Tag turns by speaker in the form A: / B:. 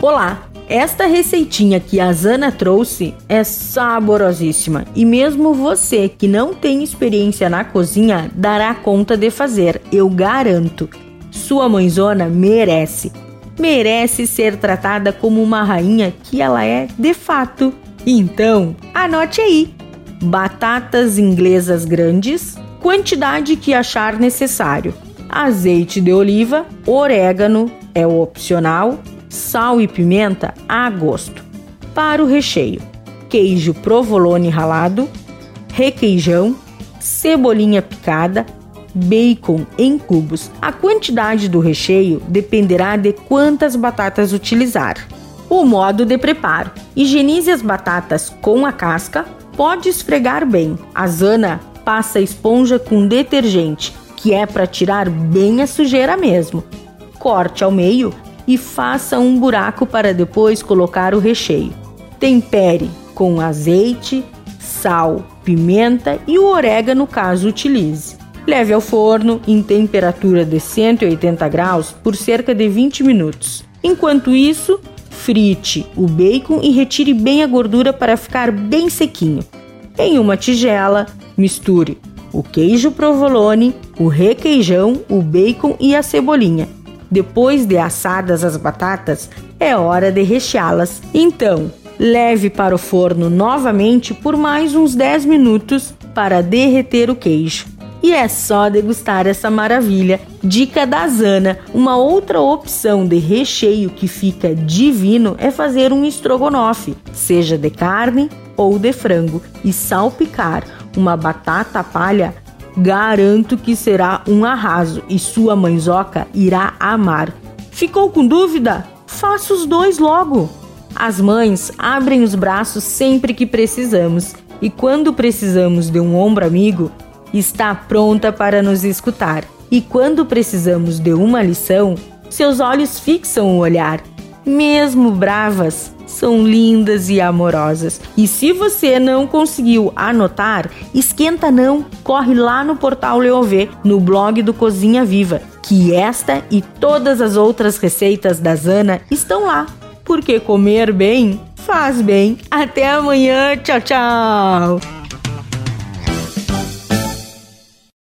A: Olá! Esta receitinha que a Zana trouxe é saborosíssima e mesmo você que não tem experiência na cozinha dará conta de fazer, eu garanto. Sua mãezona merece ser tratada como uma rainha que ela é de fato. Então, anote aí: batatas inglesas grandes, quantidade que achar necessário, azeite de oliva, orégano é opcional, sal e pimenta a gosto. Para o recheio: queijo provolone ralado, requeijão, cebolinha picada, bacon em cubos. A quantidade do recheio dependerá de quantas batatas utilizar. O modo de preparo: higienize as batatas com a casca, pode esfregar bem. A Zana passa a esponja com detergente, que é para tirar bem a sujeira mesmo. Corte ao meio e faça um buraco para depois colocar o recheio. Tempere com azeite, sal, pimenta e o orégano caso utilize. Leve ao forno em temperatura de 180 graus por cerca de 20 minutos. Enquanto isso, frite o bacon e retire bem a gordura para ficar bem sequinho. Em uma tigela, misture o queijo provolone, o requeijão, o bacon e a cebolinha. Depois de assadas as batatas, é hora de recheá-las. Então, leve para o forno novamente por mais uns 10 minutos para derreter o queijo. E é só degustar essa maravilha. Dica da Zana: uma outra opção de recheio que fica divino é fazer um estrogonofe, seja de carne ou de frango, e salpicar uma batata palha. Garanto que será um arraso e sua mãezoca irá amar. Ficou com dúvida? Faça os dois logo! As mães abrem os braços sempre que precisamos e quando precisamos de um ombro amigo, está pronta para nos escutar. E quando precisamos de uma lição, seus olhos fixam o olhar. Mesmo bravas, são lindas e amorosas. E se você não conseguiu anotar, esquenta não, corre lá no portal Leovê, no blog do Cozinha Viva, que esta e todas as outras receitas da Zana estão lá. Porque comer bem faz bem. Até amanhã, tchau, tchau!